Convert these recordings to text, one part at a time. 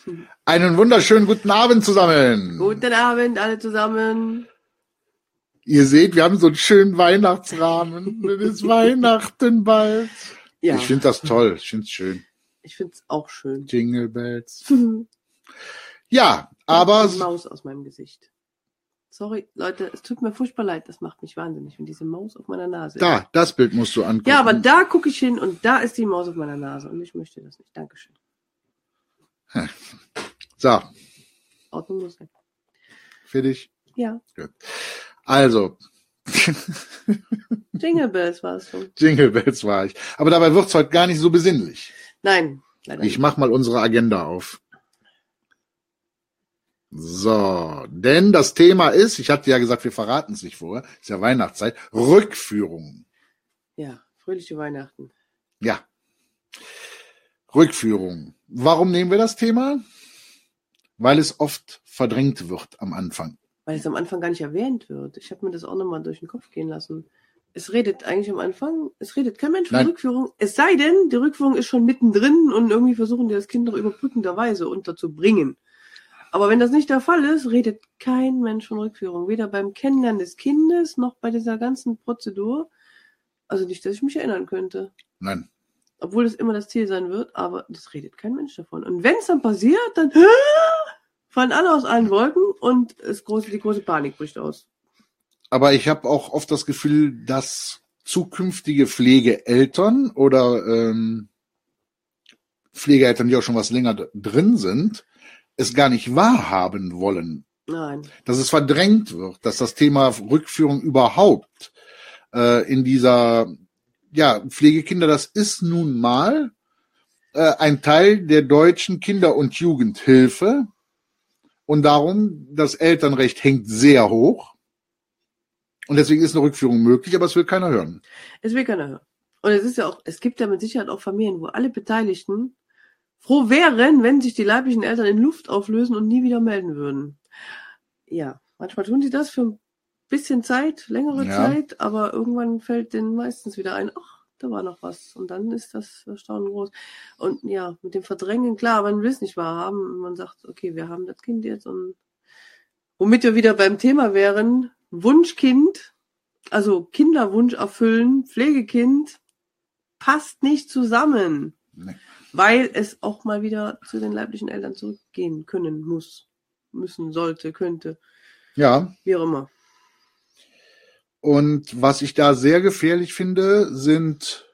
Einen wunderschönen guten Abend zusammen. Guten Abend alle zusammen. Ihr seht, wir haben so einen schönen Weihnachtsrahmen. Es ist Weihnachten bald. Ja. Ich finde das toll. Ich finde es schön. Ich finde es auch schön. Jingle Bells. Ja, aber... Die Maus aus meinem Gesicht. Sorry, Leute, es tut mir furchtbar leid. Das macht mich wahnsinnig, wenn diese Maus auf meiner Nase ist. Da, das Bild musst du angucken. Ja, aber da gucke ich hin und da ist die Maus auf meiner Nase. Und ich möchte das nicht. Dankeschön. So. Ordnung muss sein. Fertig? Ja. Gut. Also. Jingle Bells war es schon. Jingle Bells war ich. Aber dabei wird's heute gar nicht so besinnlich. Nein, leider Ich mach mal unsere Agenda auf. So, denn das Thema ist, ich hatte ja gesagt, wir verraten es nicht vorher, ist ja Weihnachtszeit, Rückführungen. Ja, fröhliche Weihnachten. Ja. Rückführungen. Warum nehmen wir das Thema? Weil es oft verdrängt wird am Anfang. Weil es am Anfang gar nicht erwähnt wird. Ich habe mir das auch nochmal durch den Kopf gehen lassen. Es redet eigentlich am Anfang, es redet kein Mensch von Rückführung. Es sei denn, die Rückführung ist schon mittendrin und irgendwie versuchen die das Kind noch überbrückenderweise unterzubringen. Aber wenn das nicht der Fall ist, redet kein Mensch von Rückführung. Weder beim Kennenlernen des Kindes, noch bei dieser ganzen Prozedur. Also nicht, dass ich mich erinnern könnte. Nein. Obwohl das immer das Ziel sein wird, aber das redet kein Mensch davon. Und wenn es dann passiert, dann fallen alle aus allen Wolken und die große Panik bricht aus. Aber ich habe auch oft das Gefühl, dass zukünftige Pflegeeltern oder Pflegeeltern, die auch schon was länger drin sind, es gar nicht wahrhaben wollen. Nein. Dass es verdrängt wird, dass das Thema Rückführung überhaupt in dieser Pflegekinder, das ist nun mal ein Teil der deutschen Kinder- und Jugendhilfe und darum, das Elternrecht hängt sehr hoch und deswegen ist eine Rückführung möglich, aber es will keiner hören. Es will keiner hören. Und es gibt ja mit Sicherheit auch Familien, wo alle Beteiligten froh wären, wenn sich die leiblichen Eltern in Luft auflösen und nie wieder melden würden. Ja, manchmal tun sie das für ein bisschen Zeit, längere Zeit, aber irgendwann fällt denen meistens wieder ein, ach, da war noch was. Und dann ist das Erstaunen groß. Und ja, mit dem Verdrängen, klar, man will es nicht wahrhaben. Man sagt, okay, wir haben das Kind jetzt. Und womit wir wieder beim Thema wären, Wunschkind, also Kinderwunsch erfüllen, Pflegekind, passt nicht zusammen. Nee. Weil es auch mal wieder zu den leiblichen Eltern zurückgehen können muss, müssen, sollte, könnte. Ja. Wie auch immer. Und was ich da sehr gefährlich finde, sind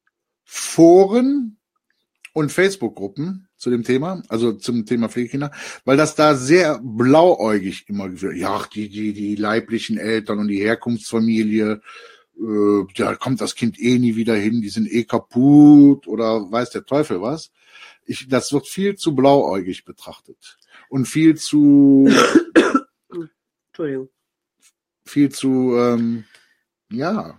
Foren und Facebook-Gruppen zu dem Thema, also zum Thema Pflegekinder, weil das da sehr blauäugig immer geführt. Ja, die leiblichen Eltern und die Herkunftsfamilie, da kommt das Kind eh nie wieder hin, die sind eh kaputt oder weiß der Teufel was. Das wird viel zu blauäugig betrachtet und viel zu Entschuldigung. Viel zu, Das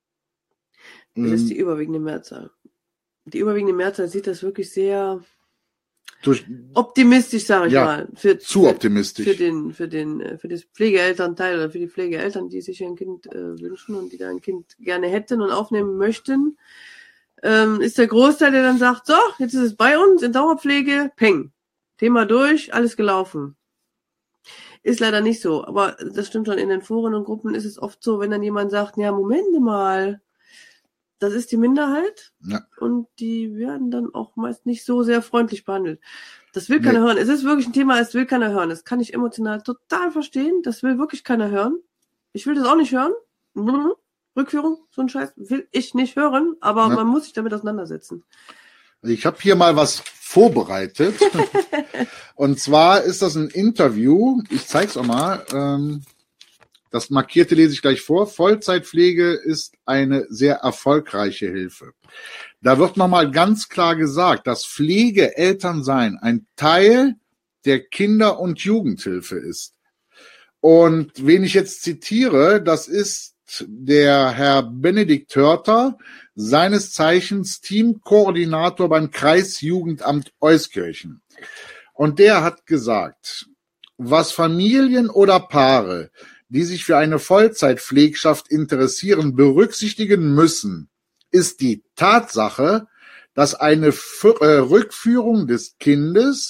ist die überwiegende Mehrzahl. Die überwiegende Mehrzahl sieht das wirklich sehr optimistisch, sage ich mal. Zu optimistisch. Für das Pflegeelternteil oder für die Pflegeeltern, die sich ein Kind wünschen und die da ein Kind gerne hätten und aufnehmen möchten, ist der Großteil, der dann sagt, so, jetzt ist es bei uns in Dauerpflege, peng. Thema durch, alles gelaufen. Ist leider nicht so, aber das stimmt schon, in den Foren und Gruppen ist es oft so, wenn dann jemand sagt, ja, Moment mal, das ist die Minderheit und die werden dann auch meist nicht so sehr freundlich behandelt. Das will keiner hören. Es ist wirklich ein Thema, es will keiner hören. Das kann ich emotional total verstehen. Das will wirklich keiner hören. Ich will das auch nicht hören. Rückführung, so ein Scheiß will ich nicht hören, aber man muss sich damit auseinandersetzen. Ich habe hier mal was vorbereitet. Und zwar ist das ein Interview. Ich zeig's auch mal. Das Markierte lese ich gleich vor. Vollzeitpflege ist eine sehr erfolgreiche Hilfe. Da wird nochmal ganz klar gesagt, dass Pflegeelternsein ein Teil der Kinder- und Jugendhilfe ist. Und wen ich jetzt zitiere, das ist der Herr Benedikt Hörter, seines Zeichens Teamkoordinator beim Kreisjugendamt Euskirchen. Und der hat gesagt, was Familien oder Paare, die sich für eine Vollzeitpflegschaft interessieren, berücksichtigen müssen, ist die Tatsache, dass eine Rückführung des Kindes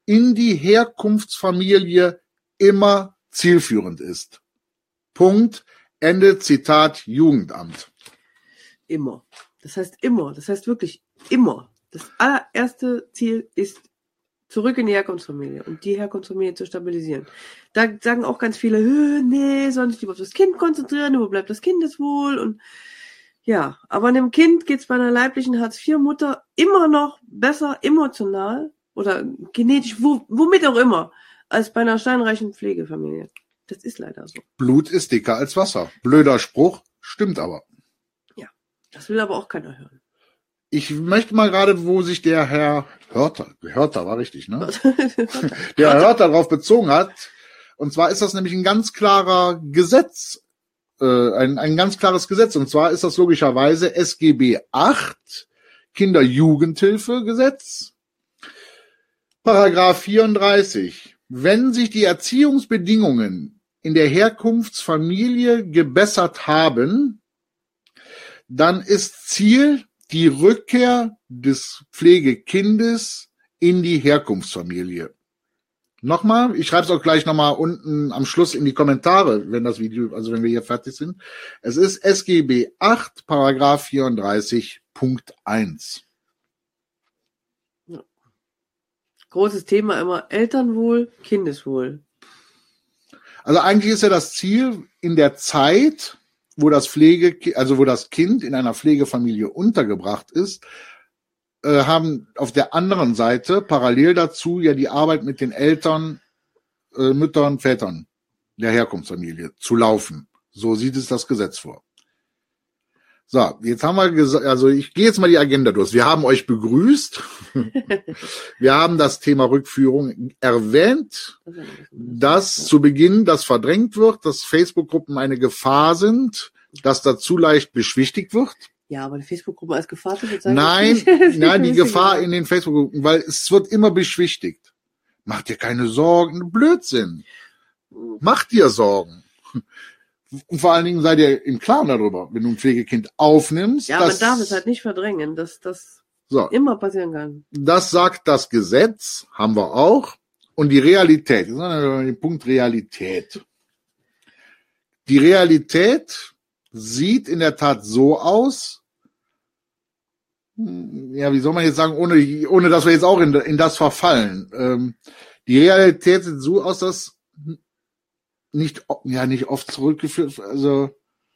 in die Herkunftsfamilie immer zielführend ist. Punkt. Ende Zitat Jugendamt. Immer. Das heißt immer. Das heißt wirklich immer. Das allererste Ziel ist zurück in die Herkunftsfamilie und die Herkunftsfamilie zu stabilisieren. Da sagen auch ganz viele, nee, soll ich lieber auf das Kind konzentrieren, wo bleibt das Kindeswohl? Und ja, aber einem Kind geht's bei einer leiblichen Hartz-IV-Mutter immer noch besser emotional oder genetisch, womit auch immer, als bei einer steinreichen Pflegefamilie. Das ist leider so. Blut ist dicker als Wasser. Blöder Spruch, stimmt aber. Ja, das will aber auch keiner hören. Ich möchte mal gerade, wo sich der Herr Hörter war richtig, ne? Der Herr Hörter darauf bezogen hat. Und zwar ist das nämlich ein ganz klarer Gesetz, ein ganz klares Gesetz. Und zwar ist das logischerweise SGB 8, Kinder-Jugendhilfe-Gesetz, Paragraph 34. Wenn sich die Erziehungsbedingungen in der Herkunftsfamilie gebessert haben, dann ist Ziel die Rückkehr des Pflegekindes in die Herkunftsfamilie. Nochmal, ich schreibe es auch gleich nochmal unten am Schluss in die Kommentare, wenn das Video, also wenn wir hier fertig sind. Es ist SGB 8, Paragraph 34, Punkt 1. Ja. Großes Thema immer Elternwohl, Kindeswohl. Also eigentlich ist ja das Ziel in der Zeit, wo das Kind in einer Pflegefamilie untergebracht ist, haben auf der anderen Seite parallel dazu ja die Arbeit mit den Eltern, Müttern, Vätern der Herkunftsfamilie zu laufen. So sieht es das Gesetz vor. So, jetzt haben wir gesagt, also ich gehe jetzt mal die Agenda durch. Wir haben euch begrüßt. Wir haben das Thema Rückführung erwähnt, dass zu Beginn das verdrängt wird, dass Facebook-Gruppen eine Gefahr sind, dass dazu leicht beschwichtigt wird. Ja, aber die Facebook-Gruppe als Gefahr zu bezeichnen. Nein, die Gefahr in den Facebook-Gruppen, weil es wird immer beschwichtigt. Mach dir keine Sorgen, Blödsinn. Mach dir Sorgen. Und vor allen Dingen sei dir im Klaren darüber, wenn du ein Pflegekind aufnimmst. Ja, man darf es halt nicht verdrängen, dass das immer passieren kann. Das sagt das Gesetz, haben wir auch. Und die Realität, den Punkt Realität. Die Realität sieht in der Tat so aus, ja, wie soll man jetzt sagen, ohne dass wir jetzt auch in das verfallen. Die Realität sieht so aus, dass nicht oft zurückgeführt, also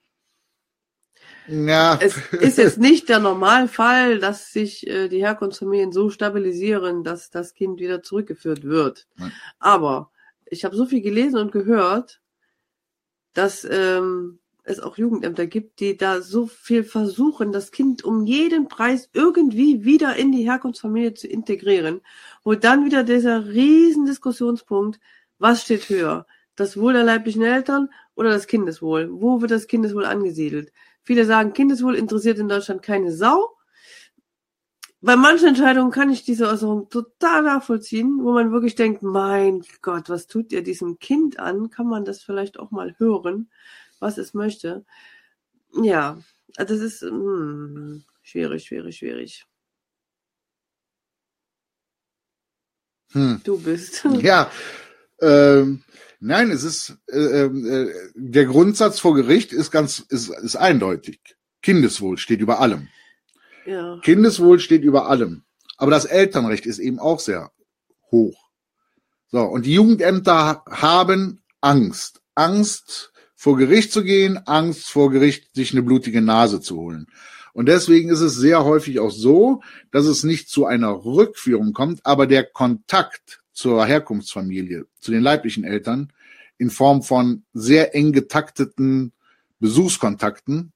ja. Es ist jetzt nicht der Normalfall, dass sich die Herkunftsfamilien so stabilisieren, dass das Kind wieder zurückgeführt wird. Nein. Aber ich habe so viel gelesen und gehört, dass es auch Jugendämter gibt, die da so viel versuchen, das Kind um jeden Preis irgendwie wieder in die Herkunftsfamilie zu integrieren. Und dann wieder dieser riesen Diskussionspunkt, was steht höher? Das Wohl der leiblichen Eltern oder das Kindeswohl? Wo wird das Kindeswohl angesiedelt? Viele sagen, Kindeswohl interessiert in Deutschland keine Sau. Bei manchen Entscheidungen kann ich diese Äußerung total nachvollziehen, wo man wirklich denkt, mein Gott, was tut ihr diesem Kind an? Kann man das vielleicht auch mal hören, was es möchte? Ja, das ist schwierig. Du bist. Ja, nein, es ist der Grundsatz vor Gericht ist eindeutig. Kindeswohl steht über allem. Ja. Kindeswohl steht über allem. Aber das Elternrecht ist eben auch sehr hoch. So, und die Jugendämter haben Angst. Angst, vor Gericht zu gehen, Angst, vor Gericht sich eine blutige Nase zu holen. Und deswegen ist es sehr häufig auch so, dass es nicht zu einer Rückführung kommt, aber der Kontakt zur Herkunftsfamilie, zu den leiblichen Eltern, in Form von sehr eng getakteten Besuchskontakten,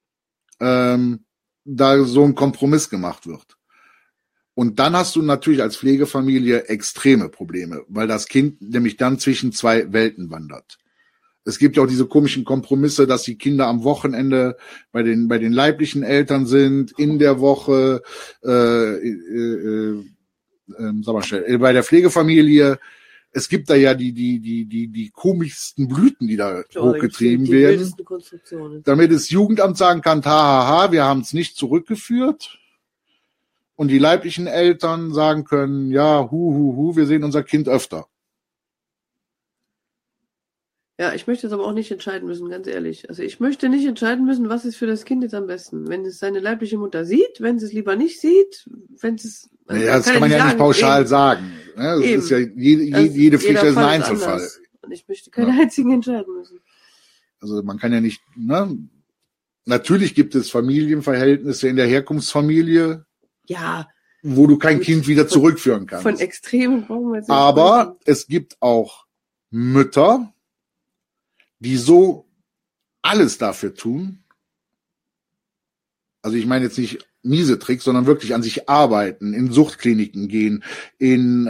da so ein Kompromiss gemacht wird. Und dann hast du natürlich als Pflegefamilie extreme Probleme, weil das Kind nämlich dann zwischen zwei Welten wandert. Es gibt ja auch diese komischen Kompromisse, dass die Kinder am Wochenende bei den leiblichen Eltern sind, in der Woche, sag mal schnell, bei der Pflegefamilie. Es gibt da ja die komischsten Blüten, die da hochgetrieben werden, damit das Jugendamt sagen kann, hahaha, wir haben es nicht zurückgeführt. und die leiblichen Eltern sagen können, ja, wir sehen unser Kind öfter. Ja, ich möchte es aber auch nicht entscheiden müssen, ganz ehrlich. Also ich möchte nicht entscheiden müssen, was ist für das Kind jetzt am besten. Wenn es seine leibliche Mutter sieht, wenn es lieber nicht sieht, wenn es... Also naja, das kann man ja nicht pauschal sagen. Das ist ja jede Pflicht ist ein Einzelfall. Und ich möchte keine einzigen entscheiden müssen. Also man kann ja nicht... Ne? Natürlich gibt es Familienverhältnisse in der Herkunftsfamilie, ja, wo du kein Kind wieder zurückführen kannst. Von Extremen brauchen wir jetzt nicht. Aber es gibt auch Mütter, die so alles dafür tun. Also ich meine jetzt nicht miese Tricks, sondern wirklich an sich arbeiten, in Suchtkliniken gehen, in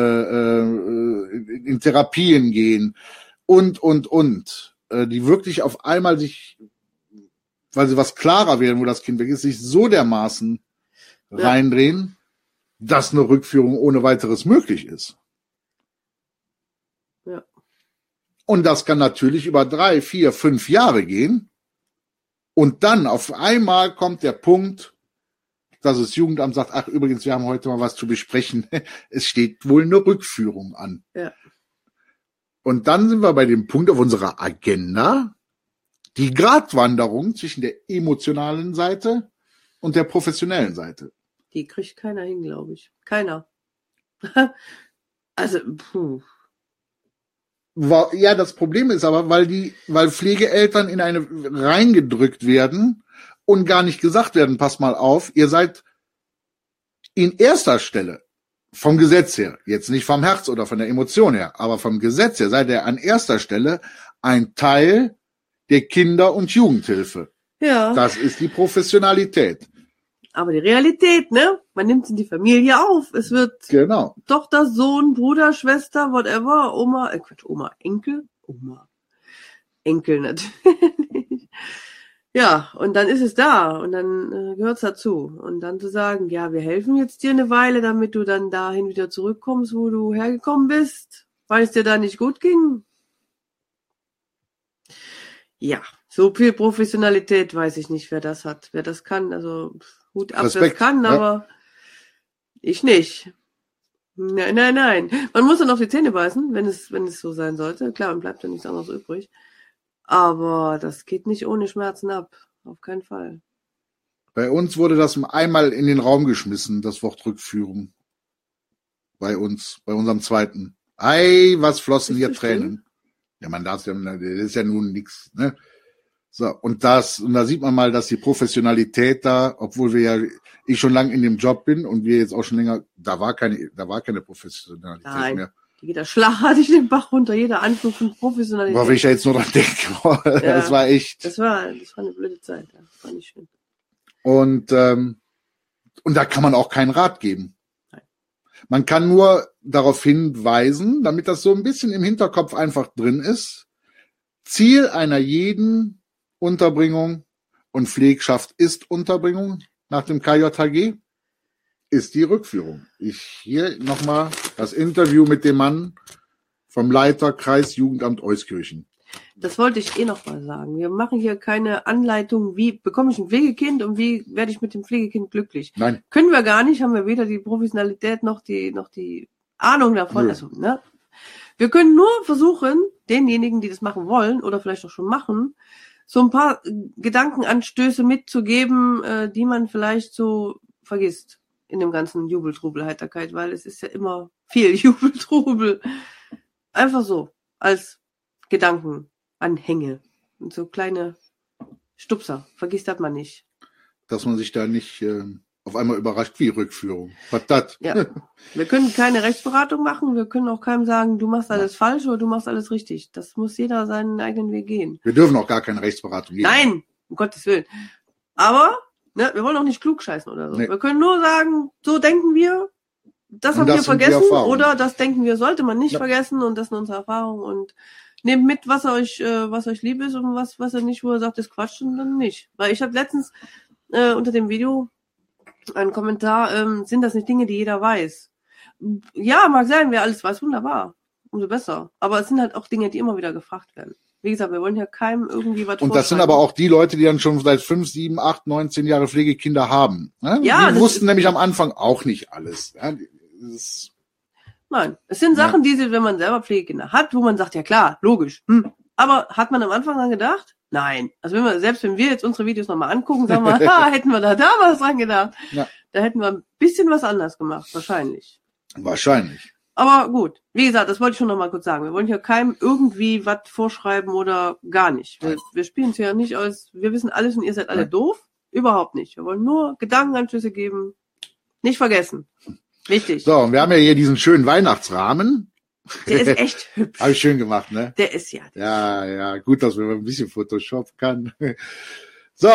Therapien gehen und. Die wirklich auf einmal sich, weil sie was klarer werden, wo das Kind weg ist, sich so dermaßen reindrehen, dass eine Rückführung ohne weiteres möglich ist. Ja. Und das kann natürlich über 3, 4, 5 Jahre gehen. Und dann auf einmal kommt der Punkt, dass das Jugendamt sagt, ach übrigens, wir haben heute mal was zu besprechen. Es steht wohl eine Rückführung an. Ja. Und dann sind wir bei dem Punkt auf unserer Agenda, die Gratwanderung zwischen der emotionalen Seite und der professionellen Seite. Die kriegt keiner hin, glaube ich. Keiner. Also, Ja, das Problem ist aber, weil Pflegeeltern in eine reingedrückt werden und gar nicht gesagt werden, pass mal auf, ihr seid in erster Stelle vom Gesetz her, jetzt nicht vom Herz oder von der Emotion her, aber vom Gesetz her seid ihr an erster Stelle ein Teil der Kinder- und Jugendhilfe. Ja. Das ist die Professionalität. Aber die Realität, ne? Man nimmt es in die Familie auf. Es wird Tochter, Sohn, Bruder, Schwester, whatever, Oma, Enkel natürlich. Ja, und dann ist es da und dann gehört's dazu. Und dann zu sagen, ja, wir helfen jetzt dir eine Weile, damit du dann dahin wieder zurückkommst, wo du hergekommen bist, weil es dir da nicht gut ging. Ja, so viel Professionalität weiß ich nicht, wer das hat, wer das kann. Also Hut ab, wer das kann, aber ich nicht. Nein. Man muss dann auf die Zähne beißen, wenn es so sein sollte. Klar, und bleibt ja nichts anderes übrig. Aber das geht nicht ohne Schmerzen ab. Auf keinen Fall. Bei uns wurde das einmal in den Raum geschmissen, das Wort Rückführung. Bei uns, bei unserem zweiten. Ei, was flossen hier Tränen. Ja, man darf ja, das ist ja nun nichts, ne? So, und da sieht man mal, dass die Professionalität da, obwohl ich schon lange in dem Job bin und wir jetzt auch schon länger, da war keine Professionalität mehr. Die geht da schlagartig den Bach runter, jeder Anflug von Professionalität. Boah, wenn ich ja jetzt nur dran denke, das war echt. Das war eine blöde Zeit, das war nicht schön. Und da kann man auch keinen Rat geben. Nein. Man kann nur darauf hinweisen, damit das so ein bisschen im Hinterkopf einfach drin ist. Ziel einer jeden Unterbringung und Pflegschaft ist Unterbringung nach dem KJHG, ist die Rückführung. Hier nochmal das Interview mit dem Mann vom Leiter Kreisjugendamt Euskirchen. Das wollte ich noch mal sagen. Wir machen hier keine Anleitung, wie bekomme ich ein Pflegekind und wie werde ich mit dem Pflegekind glücklich. Nein. Können wir gar nicht, haben wir weder die Professionalität noch die Ahnung davon. Nö. Also, ne? Wir können nur versuchen, denjenigen, die das machen wollen oder vielleicht auch schon machen, so ein paar Gedankenanstöße mitzugeben, die man vielleicht so vergisst in dem ganzen Jubeltrubel, Heiterkeit, weil es ist ja immer viel Jubeltrubel. Einfach so, als Gedankenanhänge. Und so kleine Stupser, vergisst das man nicht. Dass man sich da nicht auf einmal überrascht, wie Rückführung. Was das? Ja. Wir können keine Rechtsberatung machen, wir können auch keinem sagen, du machst alles falsch oder du machst alles richtig. Das muss jeder seinen eigenen Weg gehen. Wir dürfen auch gar keine Rechtsberatung geben. Nein, um Gottes Willen. Aber wir wollen auch nicht klugscheißen oder so. Nee. Wir können nur sagen, so denken wir, das haben wir vergessen oder das denken wir, sollte man nicht vergessen und das ist unsere Erfahrung und nehmt mit, was euch lieb ist und was ihr nicht, wo ihr sagt, das quatscht und dann nicht. Weil ich habe letztens unter dem Video einen Kommentar, sind das nicht Dinge, die jeder weiß? Ja, mag sein, wer alles weiß, wunderbar. Umso besser. Aber es sind halt auch Dinge, die immer wieder gefragt werden. Wie gesagt, wir wollen ja keinem irgendwie was Und das sind aber auch die Leute, die dann schon seit 5, 7, 8, 9, 10 Jahre Pflegekinder haben. Ne? Ja, die wussten nämlich am Anfang auch nicht alles. Ja, Nein, es sind Sachen, wenn man selber Pflegekinder hat, wo man sagt, ja klar, logisch. Aber hat man am Anfang dran gedacht? Nein. Also wenn wir jetzt unsere Videos nochmal angucken, sagen wir, hätten wir da damals dran gedacht. Ja. Da hätten wir ein bisschen was anders gemacht, wahrscheinlich. Wahrscheinlich. Aber gut, wie gesagt, das wollte ich schon noch mal kurz sagen. Wir wollen hier keinem irgendwie was vorschreiben oder gar nicht. Wir spielen es ja nicht aus, wir wissen alles und ihr seid alle doof. Überhaupt nicht. Wir wollen nur Gedankenanschlüsse geben. Nicht vergessen. Wichtig. So, und wir haben ja hier diesen schönen Weihnachtsrahmen. Der ist echt hübsch. Habe ich schön gemacht, ne? Der ist ja. Ja, gut, dass man ein bisschen Photoshop kann. So,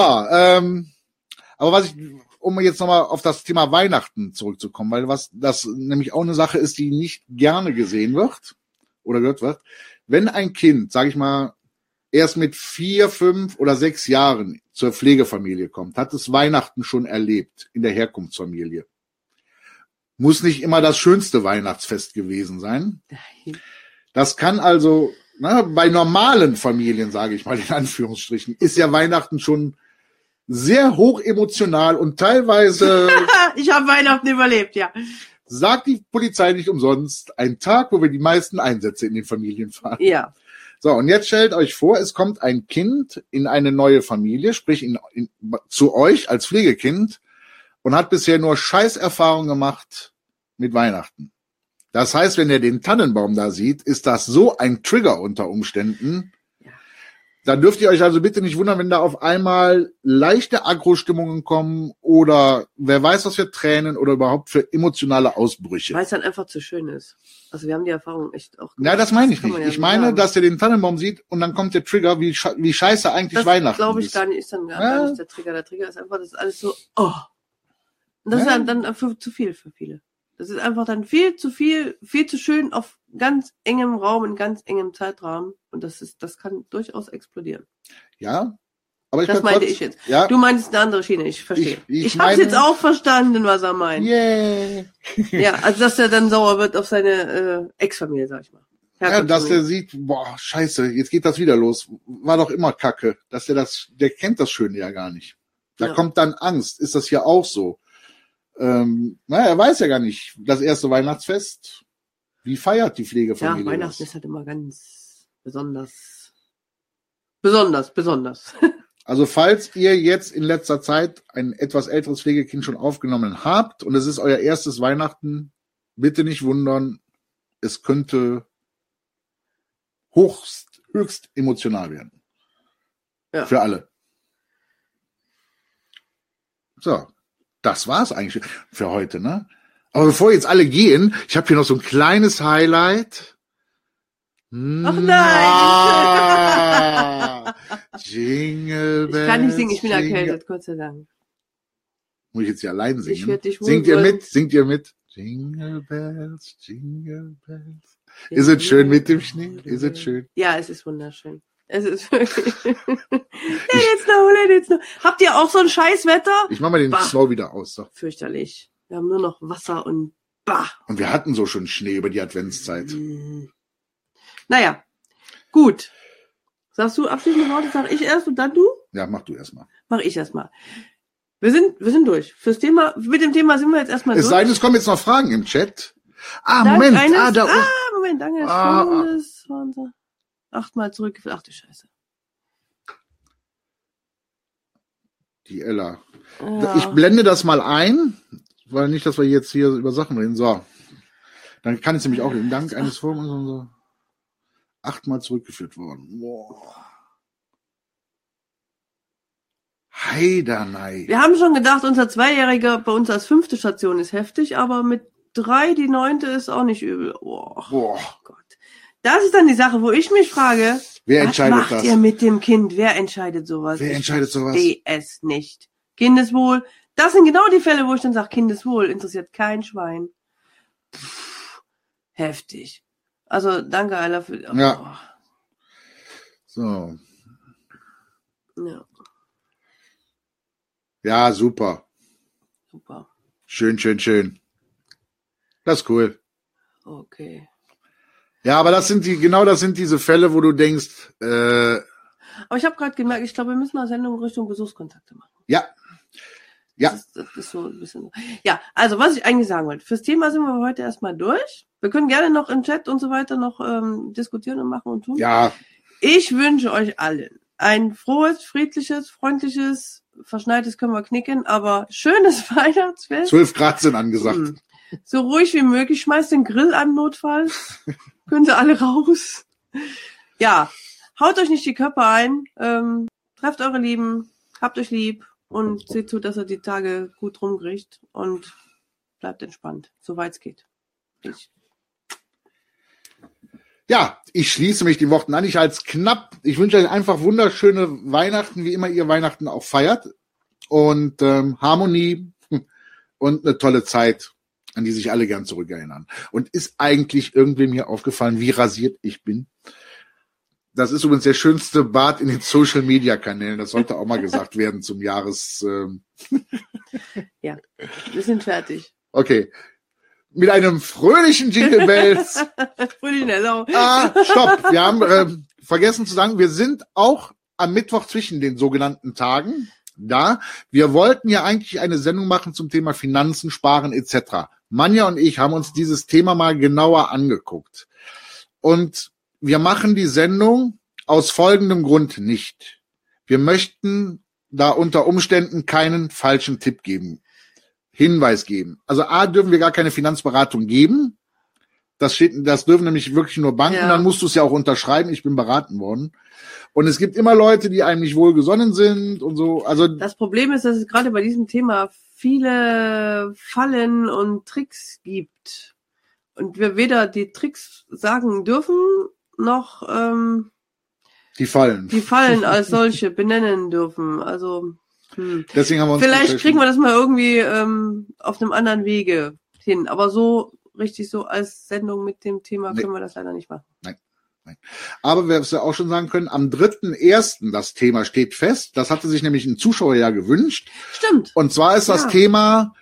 aber um jetzt nochmal auf das Thema Weihnachten zurückzukommen, weil das nämlich auch eine Sache ist, die nicht gerne gesehen wird oder gehört wird. Wenn ein Kind, sage ich mal, erst mit 4, 5 oder 6 Jahren zur Pflegefamilie kommt, hat es Weihnachten schon erlebt in der Herkunftsfamilie. Muss nicht immer das schönste Weihnachtsfest gewesen sein. Das kann also, bei normalen Familien, sage ich mal in Anführungsstrichen, ist ja Weihnachten schon sehr hoch emotional und teilweise... Ich habe Weihnachten überlebt, ja. Sagt die Polizei nicht umsonst, ein Tag, wo wir die meisten Einsätze in den Familien fahren. Ja. So, und jetzt stellt euch vor, es kommt ein Kind in eine neue Familie, sprich zu euch als Pflegekind und hat bisher nur Scheißerfahrungen gemacht mit Weihnachten. Das heißt, wenn er den Tannenbaum da sieht, ist das so ein Trigger unter Umständen. Da dürft ihr euch also bitte nicht wundern, wenn da auf einmal leichte Agro-Stimmungen kommen oder wer weiß was für Tränen oder überhaupt für emotionale Ausbrüche. Weil es dann einfach zu schön ist. Also wir haben die Erfahrung echt auch gemacht. Ja, das meine ich nicht. Ich meine, dass er den Tannenbaum sieht und dann kommt der Trigger, wie scheiße eigentlich das Weihnachten ist. Das glaube ich gar nicht, ist dann gar nicht der Trigger. Der Trigger ist einfach, das ist alles so, Und das ist dann zu viel für viele. Das ist einfach dann viel zu schön auf ganz engem Raum, in ganz engem Zeitrahmen. Und das kann durchaus explodieren. Ja, aber das meinte ich jetzt. Ja. Du meintest eine andere Schiene, ich verstehe. Ich habe jetzt auch verstanden, was er meint. Yeah. Ja, also dass er dann sauer wird auf seine Ex-Familie, sag ich mal. Ja, dass er sieht, boah, scheiße, jetzt geht das wieder los. War doch immer Kacke. Der kennt das Schöne ja gar nicht. Da kommt dann Angst. Ist das hier auch so? Er weiß ja gar nicht, das erste Weihnachtsfest, wie feiert die Pflegefamilie? Ja, Weihnachten ist halt immer ganz besonders. Also falls ihr jetzt in letzter Zeit ein etwas älteres Pflegekind schon aufgenommen habt und es ist euer erstes Weihnachten, bitte nicht wundern, es könnte höchst emotional werden. Ja. Für alle. So. Das war's eigentlich für heute, ne? Aber bevor jetzt alle gehen, ich habe hier noch so ein kleines Highlight. Ach nein! Jingle Bells. Ich kann nicht singen, ich bin erkältet, Gott sei Dank. Muss ich jetzt hier allein singen? Ich werde dich Singt ihr mit? Jingle Bells, Jingle Bells. Ist es schön mit dem Schnee? Ist es schön? Ja, es ist wunderschön. Es ist wirklich. Let it snow. Habt ihr auch so ein Scheißwetter? Ich mach mal den Snow wieder aus. So. Fürchterlich. Wir haben nur noch Wasser und bah. Und wir hatten so schon Schnee über die Adventszeit. Naja, gut. Sagst du abschließende Worte? Sag ich erst und dann du? Ja, mach du erst mal. Mach ich erst mal. Wir sind durch. Mit dem Thema sind wir jetzt erstmal durch. Es sei denn, es kommen jetzt noch Fragen im Chat. Moment. Moment, danke. 8-mal zurückgeführt. Ach du Scheiße. Die Ella. Ja. Ich blende das mal ein, weil nicht, dass wir jetzt hier über Sachen reden. So. Dann kann es nämlich auch im Dank eines Forums und so 8-mal zurückgeführt worden. Boah. Heidernei. Wir haben schon gedacht, unser Zweijähriger bei uns als 5. Station ist heftig, aber mit 3 die 9. ist auch nicht übel. Boah. Gott. Das ist dann die Sache, wo ich mich frage, wer entscheidet das? Was macht ihr mit dem Kind? Wer entscheidet sowas? Wer entscheidet sowas? Ich verstehe es nicht. Kindeswohl. Das sind genau die Fälle, wo ich dann sage, Kindeswohl interessiert kein Schwein. Heftig. Also, danke, Ayla, für... Oh. Ja. So. Ja. Ja, super. Super. Schön. Das ist cool. Okay. Ja, aber das sind diese Fälle, wo du denkst, Aber ich habe gerade gemerkt, ich glaube, wir müssen eine Sendung Richtung Besuchskontakte machen. ja. Ja. Das ist so ein bisschen. Ja, also was ich eigentlich sagen wollte. Fürs Thema sind wir heute erstmal durch. Wir können gerne noch im Chat und so weiter noch diskutieren und machen und tun. Ja. Ich wünsche euch allen ein frohes, friedliches, freundliches, verschneites können wir knicken, aber schönes Weihnachtsfest. 12 Grad sind angesagt. So ruhig wie möglich. Schmeißt den Grill an notfalls. Können sie alle raus. Ja, haut euch nicht die Köpfe ein. Trefft eure Lieben. Habt euch lieb. Und seht zu, dass ihr die Tage gut rumkriegt. Und bleibt entspannt. Soweit es geht. Ja, ich schließe mich den Worten an. Ich wünsche euch einfach wunderschöne Weihnachten, wie immer ihr Weihnachten auch feiert. Und Harmonie und eine tolle Zeit, an die sich alle gern zurückerinnern. Und ist eigentlich irgendwem hier aufgefallen, wie rasiert ich bin? Das ist übrigens der schönste Bart in den Social-Media-Kanälen. Das sollte auch mal gesagt werden zum Jahres... Ja, wir sind fertig. Okay. Mit einem fröhlichen Jingle Bells. Fröhlichen Hello. Stopp. Wir haben vergessen zu sagen, wir sind auch am Mittwoch zwischen den sogenannten Tagen da. Wir wollten ja eigentlich eine Sendung machen zum Thema Finanzen, Sparen etc. Manja und ich haben uns dieses Thema mal genauer angeguckt. Und wir machen die Sendung aus folgendem Grund nicht. Wir möchten da unter Umständen keinen falschen Tipp geben, Hinweis geben. Also A, dürfen wir gar keine Finanzberatung geben. Das dürfen nämlich wirklich nur Banken. Ja. Dann musst du es ja auch unterschreiben. Ich bin beraten worden. Und es gibt immer Leute, die einem nicht wohlgesonnen sind und so. Also das Problem ist, dass es gerade bei diesem Thema viele Fallen und Tricks gibt. Und wir weder die Tricks sagen dürfen, noch die Fallen als solche benennen dürfen. Also deswegen haben wir uns vielleicht kriegen wir das mal irgendwie auf einem anderen Wege hin. Aber so richtig so als Sendung mit dem Thema können wir das leider nicht machen. Nein. Aber wir ja auch schon sagen können, am 3.1. das Thema steht fest. Das hatte sich nämlich ein Zuschauer ja gewünscht. Stimmt. Und zwar ist das Thema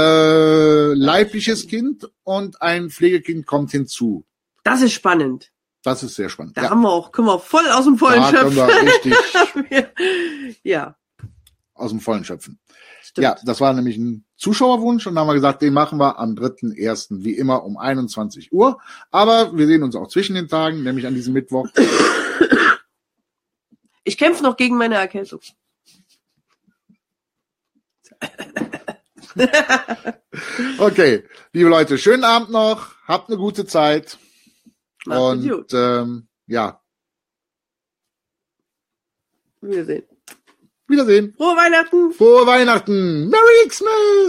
leibliches Kind und ein Pflegekind kommt hinzu. Das ist spannend. Das ist sehr spannend. Da können wir voll aus dem Vollen schöpfen. Da können wir richtig ja. aus dem Vollen schöpfen. Stimmt. Ja, das war nämlich ein Zuschauerwunsch und da haben wir gesagt, den machen wir am 3.1. wie immer um 21 Uhr. Aber wir sehen uns auch zwischen den Tagen, nämlich an diesem Mittwoch. Ich kämpfe noch gegen meine Erkältung. Okay, liebe Leute, schönen Abend noch, habt eine gute Zeit. Macht's und gut. Ja. Wiedersehen. Wiedersehen. Frohe Weihnachten. Frohe Weihnachten. Merry Xmas.